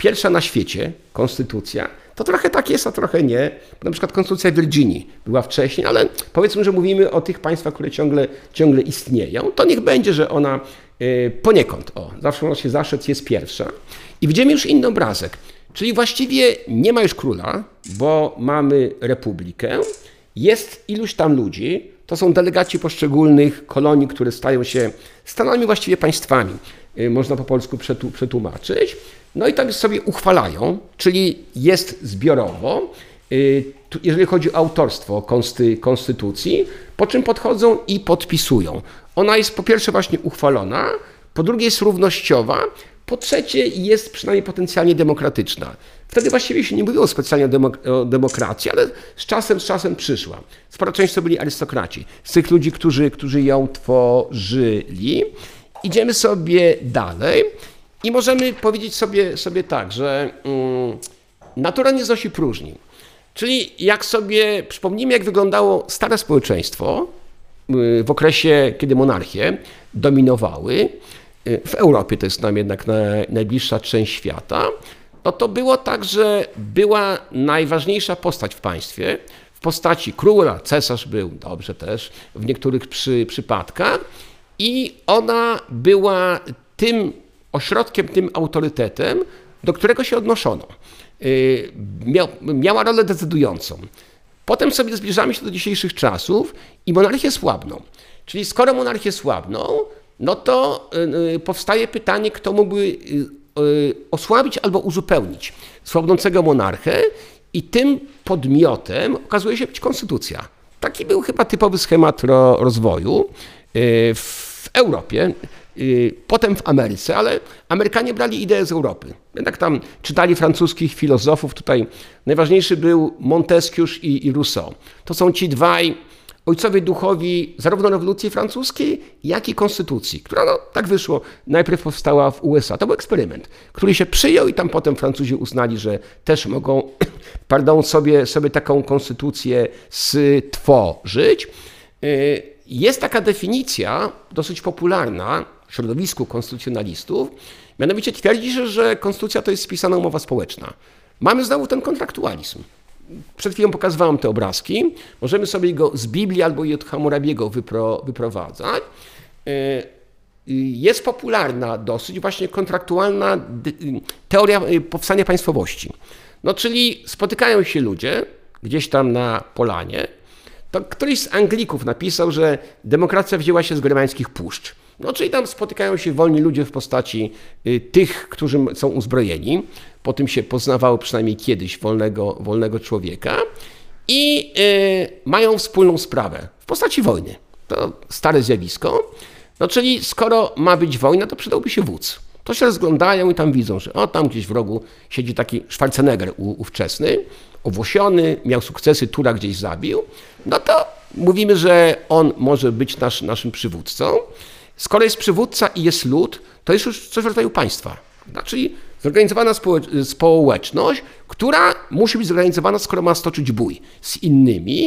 pierwsza na świecie konstytucja, to trochę tak jest, a trochę nie. Na przykład konstytucja Virginii była wcześniej, ale powiedzmy, że mówimy o tych państwach, które ciągle, ciągle istnieją, to niech będzie, że ona poniekąd, o, zawsze ona się zaszedł, jest pierwsza. I widzimy już inny obrazek, czyli właściwie nie ma już króla, bo mamy republikę, jest iluś tam ludzi, to są delegaci poszczególnych kolonii, które stają się stanami właściwie państwami, można po polsku przetłumaczyć. No i tak sobie uchwalają, czyli jest zbiorowo, jeżeli chodzi o autorstwo konsty, konstytucji, po czym podchodzą i podpisują. Ona jest po pierwsze właśnie uchwalona, po drugie jest równościowa, po trzecie jest przynajmniej potencjalnie demokratyczna. Wtedy właściwie się nie mówiło specjalnie o, demok o demokracji, ale z czasem, z czasem przyszła. Spora część to byli arystokraci, z tych ludzi, którzy, którzy ją tworzyli. Idziemy sobie dalej i możemy powiedzieć sobie, sobie tak, że um, natura nie znosi próżni. Czyli jak sobie przypomnimy, jak wyglądało stare społeczeństwo w okresie, kiedy monarchie dominowały, w Europie to jest nam jednak najbliższa część świata, no to było tak, że była najważniejsza postać w państwie, w postaci króla, cesarz był, dobrze też, w niektórych przy, przypadkach i ona była tym ośrodkiem, tym autorytetem, do którego się odnoszono. Miała rolę decydującą. Potem sobie zbliżamy się do dzisiejszych czasów i monarchie słabną. Czyli skoro monarchie słabną, no to powstaje pytanie, kto mógłby osłabić albo uzupełnić słabnącego monarchę i tym podmiotem okazuje się być konstytucja. Taki był chyba typowy schemat rozwoju w Europie, potem w Ameryce, ale Amerykanie brali ideę z Europy. Jednak tam czytali francuskich filozofów, tutaj najważniejszy był Montesquieu i, i Rousseau. To są ci dwaj ojcowie duchowi zarówno rewolucji francuskiej, jak i konstytucji, która no, tak wyszło, najpierw powstała w U S A. To był eksperyment, który się przyjął i tam potem Francuzi uznali, że też mogą pardon, sobie, sobie taką konstytucję stworzyć. Jest taka definicja dosyć popularna w środowisku konstytucjonalistów, mianowicie twierdzi się, że konstytucja to jest spisana umowa społeczna. Mamy znowu ten kontraktualizm. Przed chwilą pokazywałem te obrazki. Możemy sobie go z Biblii albo i od Hammurabiego wypro, wyprowadzać. Jest popularna dosyć właśnie kontraktualna teoria powstania państwowości. No, czyli spotykają się ludzie gdzieś tam na polanie. To któryś z Anglików napisał, że demokracja wzięła się z germańskich puszcz. No, czyli tam spotykają się wolni ludzie w postaci tych, którzy są uzbrojeni. Po tym się poznawało przynajmniej kiedyś wolnego, wolnego człowieka i y, mają wspólną sprawę w postaci wojny. To stare zjawisko. No, czyli skoro ma być wojna, to przydałby się wódz. To się rozglądają i tam widzą, że o, tam gdzieś w rogu siedzi taki Schwarzenegger ówczesny, owłosiony, miał sukcesy, Tura gdzieś zabił. No to mówimy, że on może być nasz, naszym przywódcą. Skoro jest przywódca i jest lud, to jest już coś w rodzaju państwa. Czyli zorganizowana społeczność, która musi być zorganizowana, skoro ma stoczyć bój z innymi.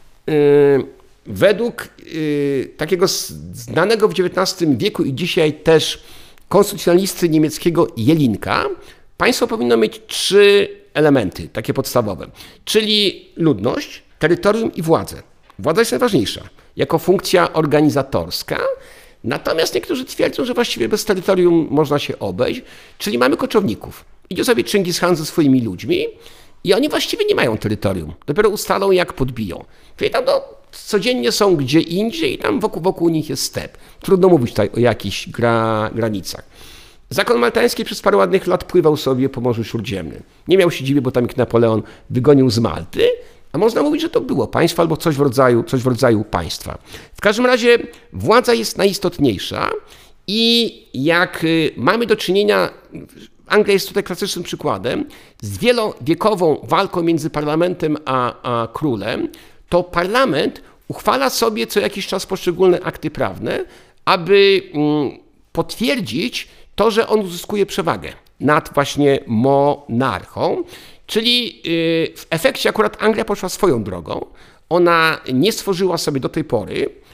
Według takiego znanego w dziewiętnastym wieku i dzisiaj też konstytucjonalisty niemieckiego Jelinka, państwo powinno mieć trzy elementy, takie podstawowe, czyli ludność, terytorium i władzę. Władza jest najważniejsza, jako funkcja organizatorska, natomiast niektórzy twierdzą, że właściwie bez terytorium można się obejść, czyli mamy koczowników. Idzie sobie Chingis Khan ze swoimi ludźmi i oni właściwie nie mają terytorium, dopiero ustalą, jak podbiją. Czyli tam no, codziennie są gdzie indziej i tam wokół, wokół nich jest step. Trudno mówić tutaj o jakichś gra, granicach. Zakon maltański przez parę ładnych lat pływał sobie po Morzu Śródziemnym. Nie miał siedziby, bo tam ich Napoleon wygonił z Malty, a można mówić, że to było państwo albo coś w rodzaju, coś w rodzaju państwa. W każdym razie władza jest najistotniejsza i jak mamy do czynienia, Anglia jest tutaj klasycznym przykładem, z wielowiekową walką między parlamentem a, a królem, to parlament uchwala sobie co jakiś czas poszczególne akty prawne, aby mm, potwierdzić to, że on uzyskuje przewagę nad właśnie monarchą. Czyli w efekcie akurat Anglia poszła swoją drogą. Ona nie stworzyła sobie do tej pory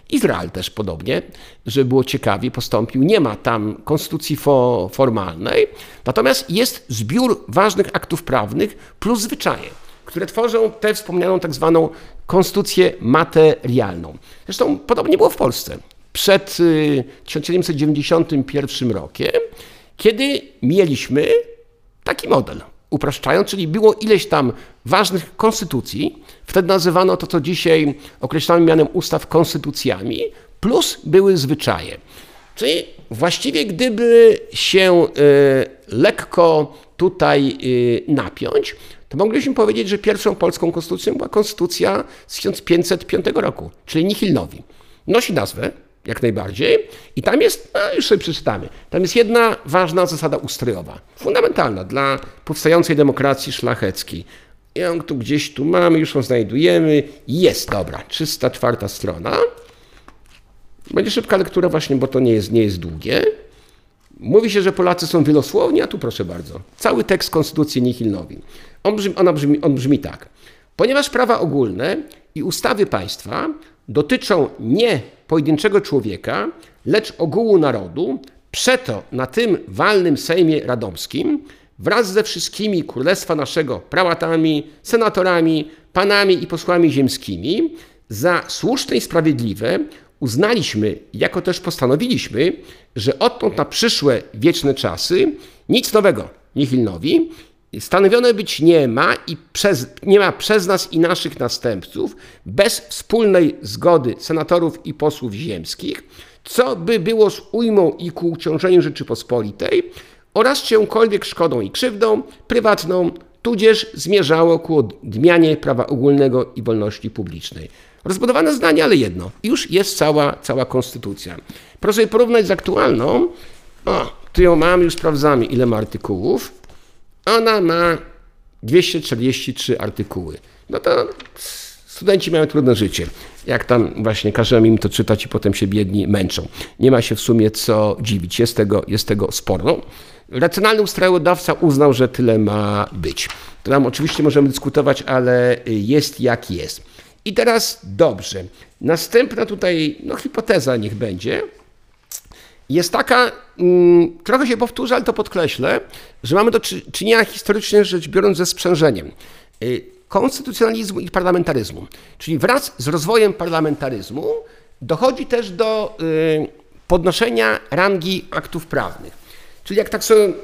Izrael też podobnie, żeby było ciekawie, postąpił. Nie ma tam konstytucji fo formalnej, natomiast jest zbiór ważnych aktów prawnych plus zwyczaje, które tworzą tę wspomnianą tak zwaną konstytucję materialną. Zresztą podobnie było w Polsce. Przed tysiąc siedemset dziewięćdziesiątym pierwszym rokiem, kiedy mieliśmy taki model, upraszczając, czyli było ileś tam ważnych konstytucji, wtedy nazywano to, co dzisiaj określamy mianem ustaw, konstytucjami, plus były zwyczaje. Czyli właściwie gdyby się y, lekko tutaj y, napiąć, to moglibyśmy powiedzieć, że pierwszą polską konstytucją była konstytucja z tysiąc pięćset piątego roku, czyli nihil novi. Nosi nazwę, jak najbardziej. I tam jest, no już sobie przeczytamy, tam jest jedna ważna zasada ustrojowa, fundamentalna dla powstającej demokracji szlacheckiej. Ją tu gdzieś tu mamy, już ją znajdujemy. Jest, dobra, trzysta czwarta strona. Będzie szybka lektura właśnie, bo to nie jest, nie jest długie. Mówi się, że Polacy są wielosłowni, a tu proszę bardzo. Cały tekst Konstytucji nihil novi. On brzmi, ona brzmi, on brzmi tak. Ponieważ prawa ogólne i ustawy państwa dotyczą nie pojedynczego człowieka, lecz ogółu narodu, przeto na tym walnym Sejmie Radomskim wraz ze wszystkimi Królestwa naszego prałatami, senatorami, panami i posłami ziemskimi za słuszne i sprawiedliwe uznaliśmy, jako też postanowiliśmy, że odtąd na przyszłe wieczne czasy nic nowego nihil novi stanowione być nie ma i przez, nie ma przez nas i naszych następców bez wspólnej zgody senatorów i posłów ziemskich, co by było z ujmą i ku uciążeniu Rzeczypospolitej oraz czyjąkolwiek szkodą i krzywdą prywatną, tudzież zmierzało ku odmianie prawa ogólnego i wolności publicznej. Rozbudowane zdanie, ale jedno. Już jest cała, cała konstytucja. Proszę je porównać z aktualną. O, tu ją mam, już sprawdzamy, ile ma artykułów. Ona ma dwieście czterdzieści trzy artykuły. No to studenci mają trudne życie. Jak tam właśnie każemy im to czytać i potem się biedni męczą. Nie ma się w sumie co dziwić. Jest tego, jest tego sporo. Racjonalny ustawodawca uznał, że tyle ma być. To tam oczywiście możemy dyskutować, ale jest jak jest. I teraz dobrze. Następna tutaj, no hipoteza niech będzie, jest taka, mm, trochę się powtórzę, ale to podkreślę, że mamy do czynienia historycznie rzecz biorąc ze sprzężeniem y, konstytucjonalizmu i parlamentaryzmu. Czyli wraz z rozwojem parlamentaryzmu dochodzi też do y, podnoszenia rangi aktów prawnych. Czyli jak tak sobie y,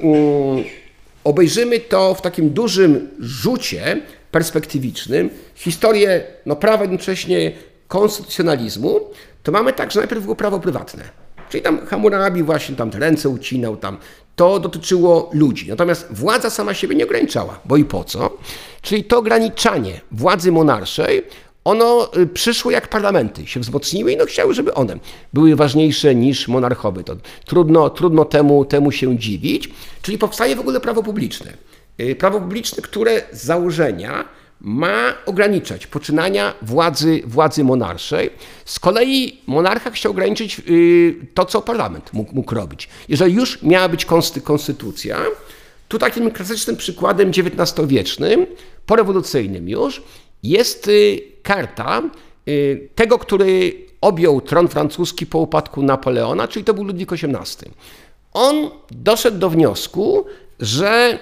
obejrzymy to w takim dużym rzucie perspektywicznym, historię no, prawa jednocześnie konstytucjonalizmu, to mamy tak, że najpierw było prawo prywatne. Czyli tam Hammurabi właśnie tam te ręce ucinał, tam to dotyczyło ludzi. Natomiast władza sama siebie nie ograniczała, bo i po co? Czyli to ograniczanie władzy monarszej, ono przyszło jak parlamenty, się wzmocniły i no chciały, żeby one były ważniejsze niż monarchowie. To trudno, trudno temu, temu się dziwić. Czyli powstaje w ogóle prawo publiczne. Prawo publiczne, które z założenia ma ograniczać poczynania władzy, władzy monarszej. Z kolei monarcha chciał ograniczyć to, co parlament mógł, mógł robić. Jeżeli już miała być konstytucja, tu takim klasycznym przykładem dziewiętnastowiecznym, porewolucyjnym już, jest karta tego, który objął tron francuski po upadku Napoleona, czyli to był Ludwik osiemnasty. On doszedł do wniosku, że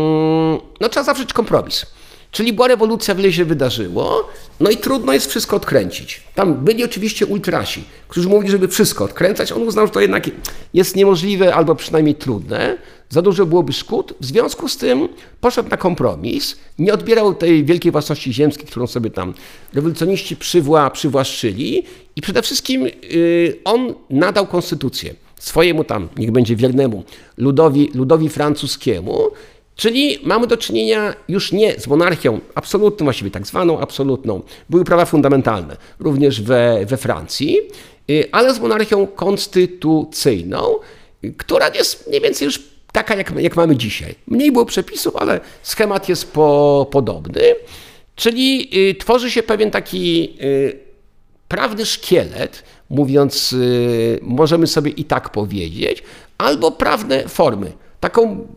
no, trzeba zawrzeć kompromis. Czyli była rewolucja, wiele się wydarzyło, no i trudno jest wszystko odkręcić. Tam byli oczywiście ultrasi, którzy mówili, żeby wszystko odkręcać. On uznał, że to jednak jest niemożliwe albo przynajmniej trudne. Za dużo byłoby szkód. W związku z tym poszedł na kompromis. Nie odbierał tej wielkiej własności ziemskiej, którą sobie tam rewolucjoniści przywła, przywłaszczyli. I przede wszystkim yy, on nadał konstytucję swojemu tam, niech będzie wiernemu, ludowi, ludowi francuskiemu. Czyli mamy do czynienia już nie z monarchią absolutną, właściwie tak zwaną absolutną, były prawa fundamentalne, również we, we Francji, ale z monarchią konstytucyjną, która jest mniej więcej już taka, jak, jak mamy dzisiaj. Mniej było przepisów, ale schemat jest po, podobny, czyli y, tworzy się pewien taki y, prawny szkielet, mówiąc, y, możemy sobie i tak powiedzieć, albo prawne formy, taką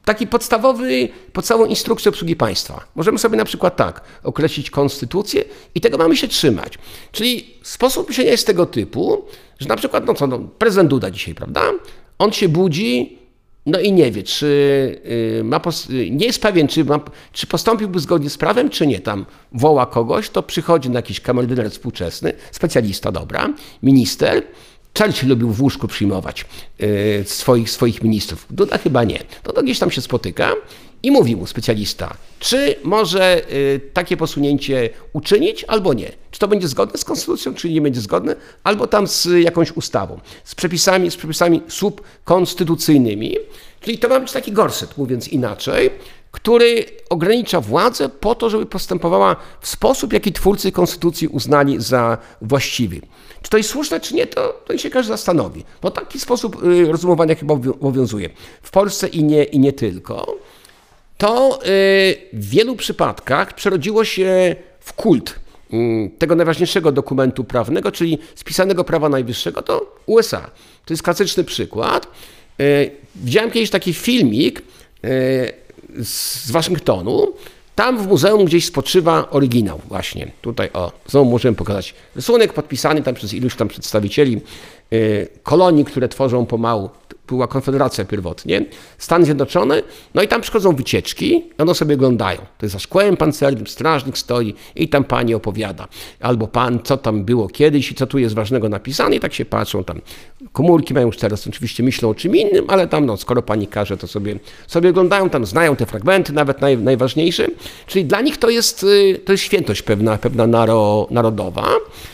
taki podstawowy, podstawową instrukcję obsługi państwa. Możemy sobie na przykład tak określić konstytucję i tego mamy się trzymać. Czyli sposób myślenia jest tego typu, że na przykład, no co, no, prezydent Duda dzisiaj, prawda? On się budzi, no i nie wie, czy y, ma, nie jest pewien, czy, ma, czy postąpiłby zgodnie z prawem, czy nie. Tam woła kogoś, to przychodzi na jakiś kamerdyner współczesny, specjalista, dobra, minister. Churchill lubił w łóżku przyjmować y, swoich, swoich ministrów. Duda chyba nie. No to gdzieś tam się spotyka i mówi mu specjalista, czy może y, takie posunięcie uczynić, albo nie. Czy to będzie zgodne z konstytucją, czy nie będzie zgodne, albo tam z jakąś ustawą, z przepisami, z przepisami subkonstytucyjnymi. Czyli to ma być taki gorset, mówiąc inaczej, który ogranicza władzę po to, żeby postępowała w sposób, jaki twórcy konstytucji uznali za właściwy. Czy to jest słuszne, czy nie, to, to się każdy zastanowi. Bo taki sposób rozumowania chyba obowiązuje w Polsce i nie, i nie tylko. To w wielu przypadkach przerodziło się w kult tego najważniejszego dokumentu prawnego, czyli spisanego prawa najwyższego, to U S A. To jest klasyczny przykład. Widziałem kiedyś taki filmik z Waszyngtonu. Tam w muzeum gdzieś spoczywa oryginał właśnie. Tutaj o, znowu możemy pokazać rysunek podpisany tam przez iluś tam przedstawicieli kolonii, które tworzą pomału, była Konfederacja pierwotnie, Stany Zjednoczone, no i tam przychodzą wycieczki, one sobie oglądają. To jest za szkłem pancernym, strażnik stoi i tam pani opowiada. Albo pan, co tam było kiedyś i co tu jest ważnego napisane i tak się patrzą tam. Komórki mają już teraz, oczywiście myślą o czym innym, ale tam no, skoro pani każe, to sobie, sobie oglądają, tam znają te fragmenty, nawet naj, najważniejsze. Czyli dla nich to jest, to jest świętość pewna, pewna naro, narodowa.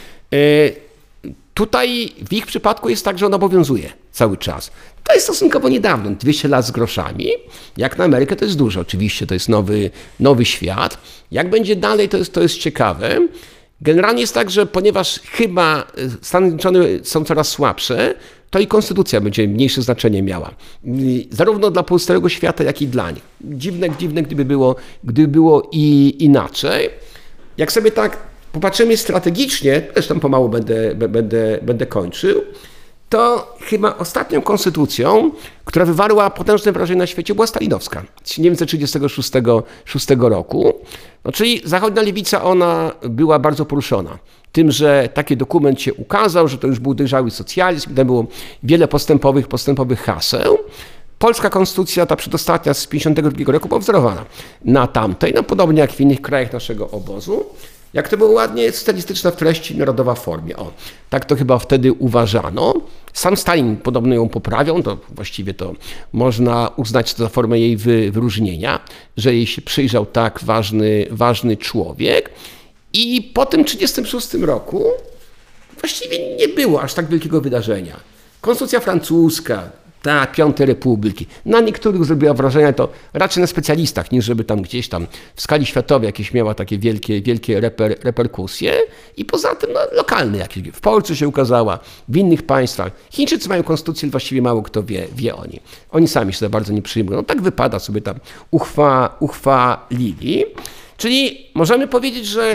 Tutaj w ich przypadku jest tak, że on obowiązuje cały czas. To jest stosunkowo niedawno, dwieście lat z groszami. Jak na Amerykę to jest dużo, oczywiście to jest nowy, nowy świat. Jak będzie dalej, to jest, to jest ciekawe. Generalnie jest tak, że ponieważ chyba Stany Zjednoczone są coraz słabsze, to i konstytucja będzie mniejsze znaczenie miała. Zarówno dla pozostałego świata, jak i dla nich. Dziwne, dziwne gdyby było, gdyby było i inaczej. Jak sobie tak popatrzymy strategicznie, zresztą pomału będę, będę, będę kończył, to chyba ostatnią konstytucją, która wywarła potężne wrażenie na świecie, była stalinowska z tysiąc dziewięćset trzydziestego szóstego roku. No, czyli zachodnia lewica, ona była bardzo poruszona tym, że taki dokument się ukazał, że to już był dojrzały socjalizm, tam było wiele postępowych, postępowych haseł. Polska konstytucja, ta przedostatnia z tysiąc dziewięćset pięćdziesiątego drugiego roku, była wzorowana na tamtej, no podobnie jak w innych krajach naszego obozu. Jak to było ładnie, socjalistyczna w treści, narodowa w formie. O, tak to chyba wtedy uważano. Sam Stalin podobno ją poprawiał, to właściwie to można uznać to za formę jej wyróżnienia, że jej się przyjrzał tak ważny, ważny człowiek. I po tym tysiąc dziewięćset trzydziestym szóstym roku właściwie nie było aż tak wielkiego wydarzenia. Konstytucja francuska, ta Piątej Republiki. Na niektórych zrobiła wrażenie to raczej na specjalistach, niż żeby tam gdzieś tam w skali światowej jakieś miała takie wielkie, wielkie reper, reperkusje. I poza tym no, lokalne jakieś. W Polsce się ukazała, w innych państwach. Chińczycy mają konstytucję, właściwie mało kto wie, wie o niej. Oni sami się za bardzo nie przyjmują. No tak wypada sobie tam uchwa, uchwalili. Czyli możemy powiedzieć, że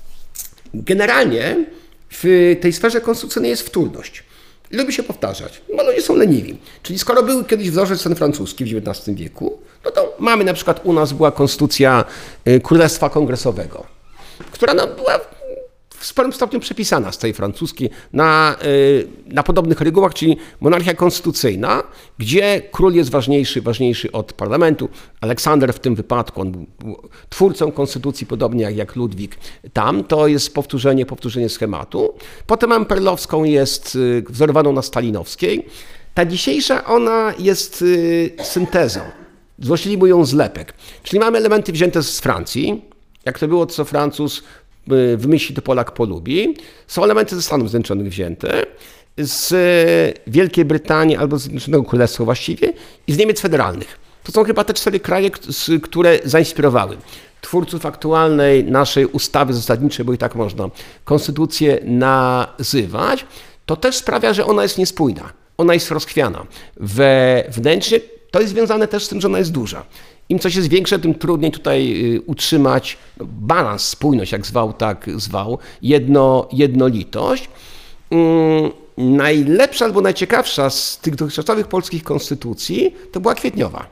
generalnie w tej sferze konstytucyjnej jest wtórność. Lubi się powtarzać, bo ludzie są leniwi. Czyli skoro był kiedyś wzorzec ten francuski w dziewiętnastym wieku, no to mamy na przykład u nas była konstytucja Królestwa Kongresowego, która no, była w sporym stopniu przepisana z tej francuskiej na, na podobnych regułach, czyli monarchia konstytucyjna, gdzie król jest ważniejszy, ważniejszy od parlamentu. Aleksander w tym wypadku, on był twórcą konstytucji, podobnie jak, jak Ludwik tam, to jest powtórzenie, powtórzenie schematu. Potem mamy perlowską, jest wzorowaną na stalinowskiej. Ta dzisiejsza, ona jest syntezą, złośliwy ją zlepek. Czyli mamy elementy wzięte z Francji, jak to było, co Francuz wymyśli, to Polak polubi. Są elementy ze Stanów Zjednoczonych wzięte, z Wielkiej Brytanii albo z Zjednoczonego Królestwa właściwie i z Niemiec federalnych. To są chyba te cztery kraje, które zainspirowały twórców aktualnej naszej ustawy zasadniczej, bo i tak można konstytucję nazywać. To też sprawia, że ona jest niespójna, ona jest rozchwiana wewnętrznie. To jest związane też z tym, że ona jest duża. Im coś jest większe, tym trudniej tutaj utrzymać balans, spójność, jak zwał, tak zwał, jedno, jednolitość. Hmm, najlepsza albo najciekawsza z tych dotychczasowych polskich konstytucji to była kwietniowa.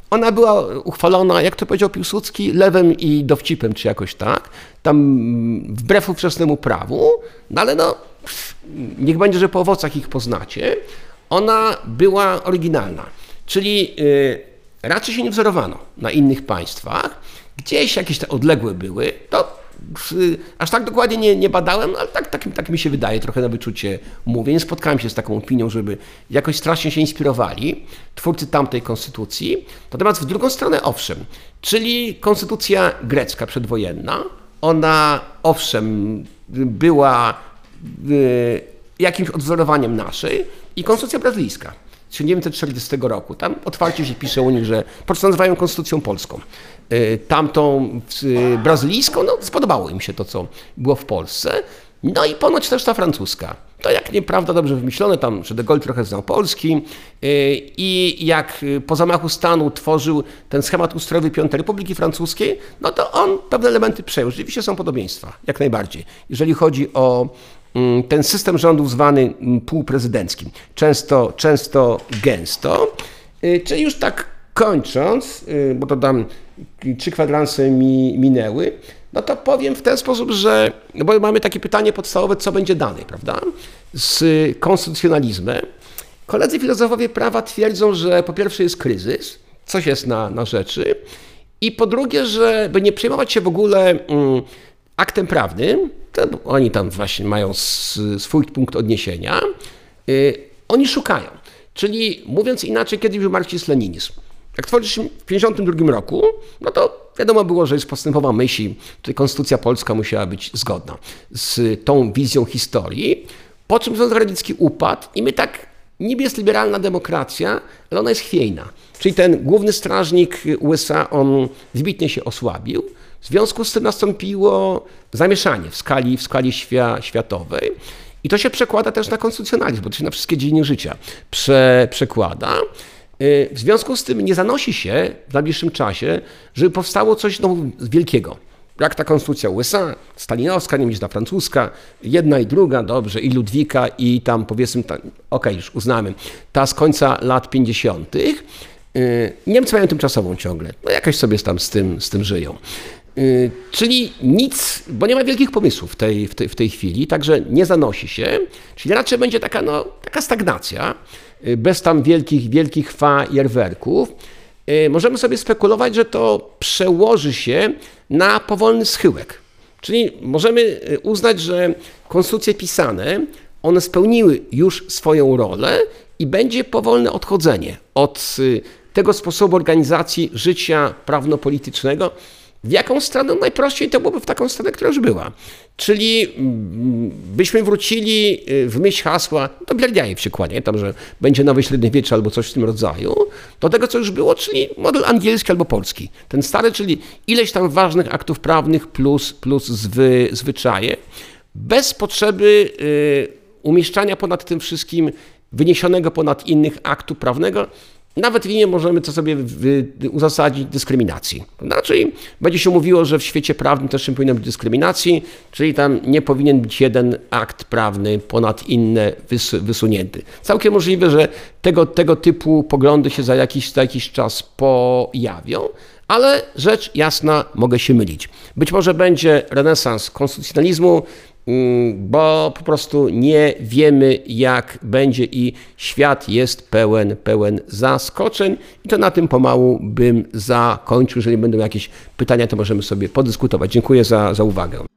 Ona była uchwalona, jak to powiedział Piłsudski, lewem i dowcipem, czy jakoś tak, tam wbrew ówczesnemu prawu, no ale no, niech będzie, że po owocach ich poznacie. Ona była oryginalna, czyli y, raczej się nie wzorowano na innych państwach, gdzieś jakieś te odległe były, to y, aż tak dokładnie nie, nie badałem, ale tak, tak, tak mi się wydaje, trochę na wyczucie mówię. Nie spotkałem się z taką opinią, żeby jakoś strasznie się inspirowali twórcy tamtej konstytucji. Natomiast w drugą stronę owszem, czyli konstytucja grecka przedwojenna, ona owszem była y, jakimś odwzorowaniem naszej, i konstytucja brazylijska z tysiąc dziewięćset czterdziestego roku. Tam otwarcie się pisze u nich, że po prostu nazywają konstytucją polską. Tamtą brazylijską, no spodobało im się to, co było w Polsce. No i ponoć też ta francuska. To jak nieprawda dobrze wymyślone, tam, że de Gaulle trochę znał polski i jak po zamachu stanu tworzył ten schemat ustrojowy Piątej Republiki Francuskiej, no to on pewne elementy przejął. Rzeczywiście są podobieństwa, jak najbardziej. Jeżeli chodzi o ten system rządów zwany półprezydenckim, często, często gęsto, czyli już tak kończąc, bo to tam trzy kwadranse mi minęły, no to powiem w ten sposób, że, no bo mamy takie pytanie podstawowe, co będzie dalej, prawda, z konstytucjonalizmem. Koledzy filozofowie prawa twierdzą, że po pierwsze jest kryzys, coś jest na, na rzeczy, i po drugie, że by nie przejmować się w ogóle mm, aktem prawnym, to oni tam właśnie mają swój punkt odniesienia, yy, oni szukają. Czyli mówiąc inaczej, kiedyś był marksizm-leninizm. Jak tworzył się w tysiąc dziewięćset pięćdziesiątym drugim roku, no to wiadomo było, że jest postępowa myśli, tutaj konstytucja polska musiała być zgodna z tą wizją historii, po czym Związek Radziecki upadł i my tak, niby jest liberalna demokracja, ale ona jest chwiejna. Czyli ten główny strażnik U S A, on wybitnie się osłabił. W związku z tym nastąpiło zamieszanie w skali, w skali świa, światowej i to się przekłada też na konstytucjonalizm, bo to się na wszystkie dziedziny życia prze, przekłada. W związku z tym nie zanosi się w najbliższym czasie, żeby powstało coś no, wielkiego. Jak ta konstytucja U S A, stalinowska, niemiecka, francuska, jedna i druga, dobrze, i Ludwika, i tam powiedzmy, okej, okay, już uznamy, ta z końca lat pięćdziesiątych. Niemcy mają tymczasową ciągle, no jakoś sobie tam z tym, z tym żyją. Czyli nic, bo nie ma wielkich pomysłów w tej, w tej, w tej chwili, także nie zanosi się, czyli raczej będzie taka, no, taka stagnacja, bez tam wielkich, wielkich fajerwerków. Możemy sobie spekulować, że to przełoży się na powolny schyłek. Czyli możemy uznać, że konstytucje pisane, one spełniły już swoją rolę i będzie powolne odchodzenie od tego sposobu organizacji życia prawno-politycznego. W jaką stronę? Najprościej to byłoby w taką stronę, która już była. Czyli byśmy wrócili w myśl hasła, to Bierdiajew się kłania, tam, że będzie nowe średniowiecze albo coś w tym rodzaju, do tego, co już było, czyli model angielski albo polski. Ten stary, czyli ileś tam ważnych aktów prawnych plus, plus zwy, zwyczaje, bez potrzeby y, umieszczania ponad tym wszystkim wyniesionego ponad innych aktu prawnego, nawet w imię możemy to sobie uzasadnić dyskryminacji. Znaczy będzie się mówiło, że w świecie prawnym też nie powinno być dyskryminacji, czyli tam nie powinien być jeden akt prawny ponad inne wys wysunięty. Całkiem możliwe, że tego, tego typu poglądy się za jakiś, za jakiś czas pojawią, ale rzecz jasna, mogę się mylić. Być może będzie renesans konstytucjonalizmu, bo po prostu nie wiemy, jak będzie i świat jest pełen, pełen zaskoczeń. I to na tym pomału bym zakończył. Jeżeli będą jakieś pytania, to możemy sobie podyskutować. Dziękuję za, za uwagę.